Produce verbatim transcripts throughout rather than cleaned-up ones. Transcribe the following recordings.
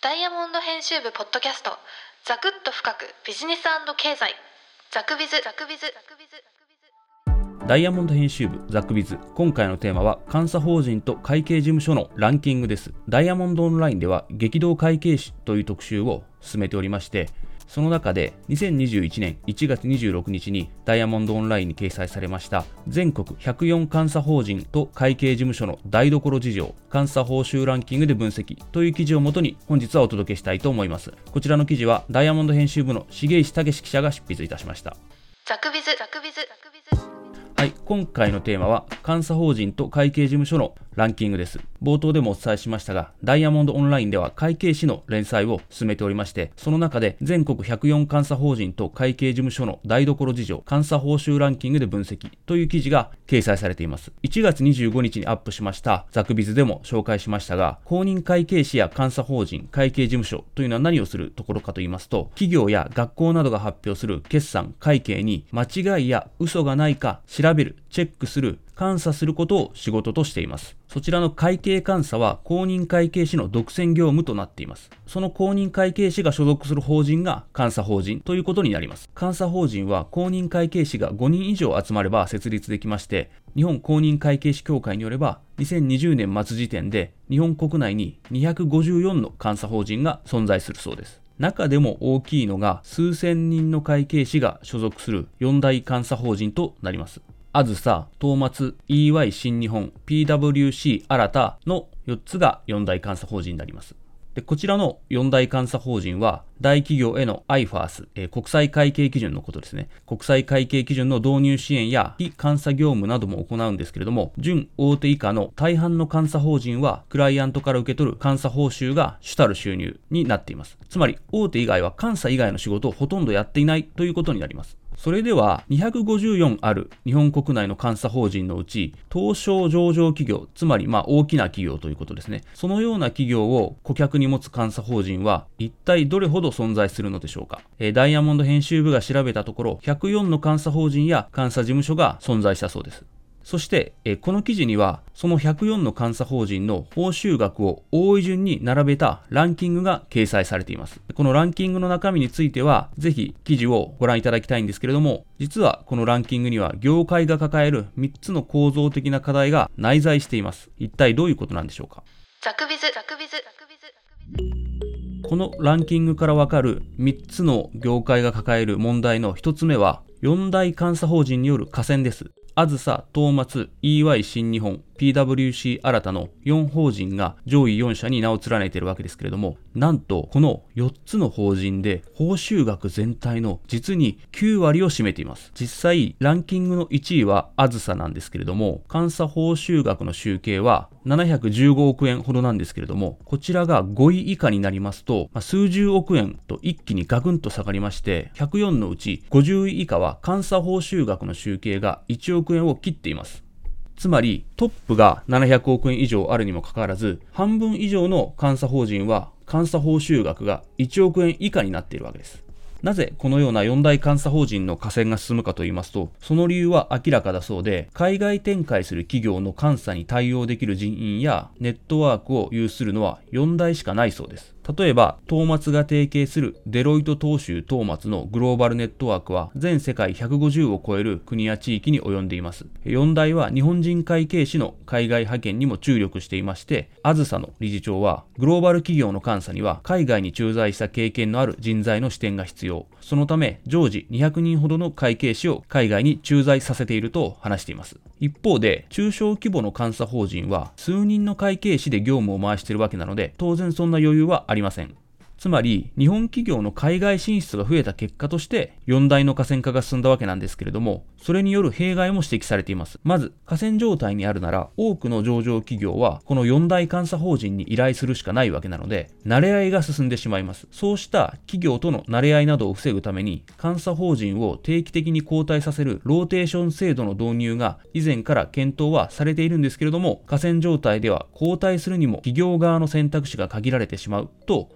ダイヤモンド編集部ポッドキャスト、ザクッと深くビジネス&経済、ザクビズザクビズザクビズ。 ダイヤモンド編集部ザクビズ、今回のテーマは監査法人と会計事務所のランキングです。ダイヤモンドオンラインでは激動会計士という特集を進めておりまして、その中でにせんにじゅういちねんいちがつにじゅうろくにちにダイヤモンドオンラインに掲載されました全国ひゃくよん監査法人と会計事務所の台所事情、監査報酬ランキングで分析という記事をもとに本日はお届けしたいと思います。こちらの記事はダイヤモンド編集部の重石武記者が執筆いたしました。 ザクビズザクビズザクビズ。 はい、今回のテーマは監査法人と会計事務所のランキングです。冒頭でもお伝えしましたが、ダイヤモンドオンラインでは会計士の連載を進めておりまして、その中で全国ひゃくよん監査法人と会計事務所の台所事情、監査報酬ランキングで分析という記事が掲載されています。いちがつにじゅうごにちにアップしましたザクビズでも紹介しましたが、公認会計士や監査法人、会計事務所というのは何をするところかと言いますと、企業や学校などが発表する決算、会計に間違いや嘘がないか調べる、チェックする、監査することを仕事としています。そちらの会計監査は公認会計士の独占業務となっています。その公認会計士が所属する法人が監査法人ということになります。監査法人は公認会計士がごにん以上集まれば設立できまして、日本公認会計士協会によればにせんにじゅうねん末時点で日本国内ににひゃくごじゅうよんの監査法人が存在するそうです。中でも大きいのが数千人の会計士が所属するよん大監査法人となります。あずさ、東松、イーワイ 新日本、ピーダブリューシー 新たのよっつがよん大監査法人になります。で、こちらのよん大監査法人は、大企業への アイファース、えー、国際会計基準のことですね。国際会計基準の導入支援や非監査業務なども行うんですけれども、準大手以下の大半の監査法人は、クライアントから受け取る監査報酬が主たる収入になっています。つまり、大手以外は監査以外の仕事をほとんどやっていないということになります。それではにひゃくごじゅうよんある日本国内の監査法人のうち、東証上場企業、つまりまあ大きな企業ということですね。そのような企業を顧客に持つ監査法人は一体どれほど存在するのでしょうか。えー、ダイヤモンド編集部が調べたところ、ひゃくよんの監査法人や監査事務所が存在したそうです。そして、えー、この記事には、そのひゃくよんの監査法人の報酬額を多い順に並べたランキングが掲載されています。このランキングの中身については、ぜひ記事をご覧いただきたいんですけれども、実はこのランキングには業界が抱えるみっつの構造的な課題が内在しています。一体どういうことなんでしょうか。 ザクビズザクビズザクビズザクビズ。 このランキングからわかるみっつの業界が抱える問題のひとつめは、よん大監査法人による寡占です。あずさ、東松、イーワイ 新日本、ピーダブリューシー 新たのよん法人が上位よん社に名を連ねているわけですけれども、なんとこのよっつの法人で報酬額全体の実にきゅうわりを占めています。実際ランキングのいちいはあずさなんですけれども、監査報酬額の集計はななひゃくじゅうごおくえんほどなんですけれども、こちらがごい以下になりますと、まあ、数十億円と一気にガクンと下がりまして、ひゃくよんのうちごじゅうい以下は監査報酬額の集計がいちおくえんを切っています。つまりトップがななひゃくおくえん以上あるにもかかわらず、半分以上の監査法人は監査報酬額がいちおくえん以下になっているわけです。なぜこのようなよん大監査法人の寡占が進むかと言いますと、その理由は明らかだそうで、海外展開する企業の監査に対応できる人員やネットワークを有するのはよん大しかないそうです。例えば、東松が提携するデロイト東州東松のグローバルネットワークは全世界ひゃくごじゅうを超える国や地域に及んでいます。よん大は日本人会計士の海外派遣にも注力していまして、あずさの理事長はグローバル企業の監査には海外に駐在した経験のある人材の視点が必要。そのため常時にひゃくにんほどの会計士を海外に駐在させていると話しています。一方で中小規模の監査法人は数人の会計士で業務を回しているわけなので、当然そんな余裕はありません。つまり日本企業の海外進出が増えた結果としてよん大の寡占化が進んだわけなんですけれども、それによる弊害も指摘されています。まず寡占状態にあるなら、多くの上場企業はこのよん大監査法人に依頼するしかないわけなので、慣れ合いが進んでしまいます。そうした企業との慣れ合いなどを防ぐために、監査法人を定期的に交代させるローテーション制度の導入が以前から検討はされているんですけれども、寡占状態では交代するにも企業側の選択肢が限られてしまうと金融庁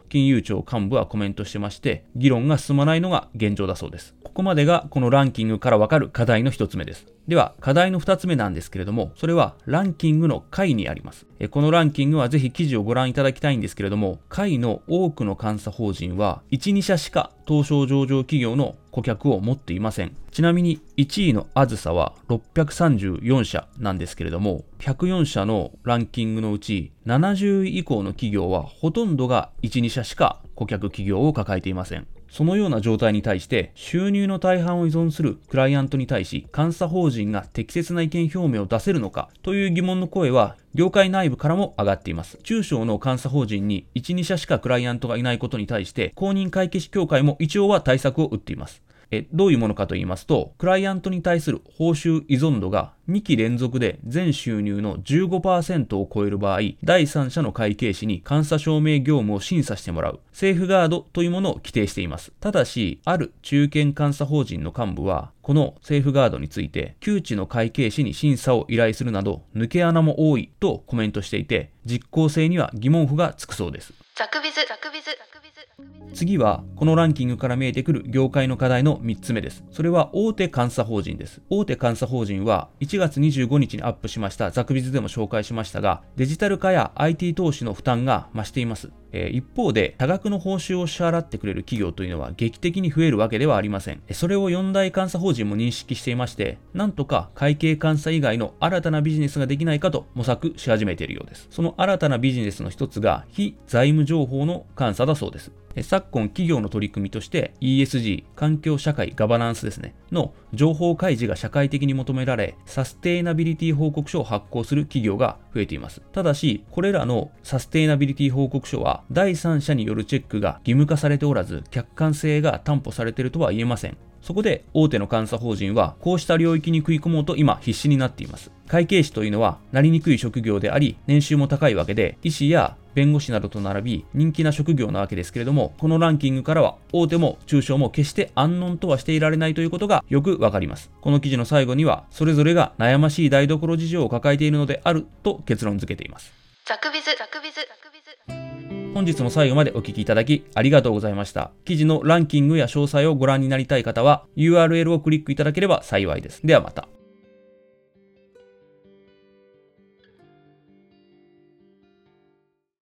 庁幹部はコメントしてまして、議論が進まないのが現状だそうです。ここまでがこのランキングからわかる課題の一つ目です。では課題の二つ目なんですけれども、それはランキングの下位にあります。えこのランキングはぜひ記事をご覧いただきたいんですけれども、下位の多くの監査法人はいち、にしゃしか東証上場企業の顧客を持っていません。ちなみにいちいのあずさはろっぴゃくさんじゅうよんしゃなんですけれども、ひゃくよんしゃのランキングのうちななじゅうい以降の企業はほとんどがいち、にしゃしか顧客企業を抱えていません。そのような状態に対して収入の大半を依存するクライアントに対し監査法人が適切な意見表明を出せるのかという疑問の声は業界内部からも上がっています。中小の監査法人にいち、にしゃしかクライアントがいないことに対して公認会計士協会も一応は対策を打っています。えどういうものかと言いますと、クライアントに対する報酬依存度がにき連続で全収入の じゅうごパーセント を超える場合、第三者の会計士に監査証明業務を審査してもらうセーフガードというものを規定しています。ただし、ある中堅監査法人の幹部は、このセーフガードについて、旧知の会計士に審査を依頼するなど、抜け穴も多いとコメントしていて、実効性には疑問符がつくそうです。 ザクビズザクビズザクビズ次はこのランキングから見えてくる業界の課題のみっつめです。それは大手監査法人です。大手監査法人はいちがつにじゅうごにちにアップしましたザクビズでも紹介しましたが、デジタル化や アイティー 投資の負担が増しています。えー、一方で多額の報酬を支払ってくれる企業というのは劇的に増えるわけではありません。それをよん大監査法人も認識していまして、なんとか会計監査以外の新たなビジネスができないかと模索し始めているようです。その新たなビジネスの一つが非財務情報の監査だそうです。昨今企業の取り組みとして イーエスジー 環境社会ガバナンスですねの情報開示が社会的に求められ、サステイナビリティ報告書を発行する企業が増えています。ただしこれらのサステイナビリティ報告書は第三者によるチェックが義務化されておらず、客観性が担保されているとは言えません。そこで大手の監査法人はこうした領域に食い込もうと今必死になっています。会計士というのはなりにくい職業であり、年収も高いわけで、医師や弁護士などと並び人気な職業なわけですけれども、このランキングからは大手も中小も決して安穏とはしていられないということがよくわかります。この記事の最後には、それぞれが悩ましい台所事情を抱えているのであると結論付けています。 ザクビズザクビズザクビズ。 本日も最後までお聞きいただきありがとうございました。記事のランキングや詳細をご覧になりたい方は ユーアールエル をクリックいただければ幸いです。ではまた。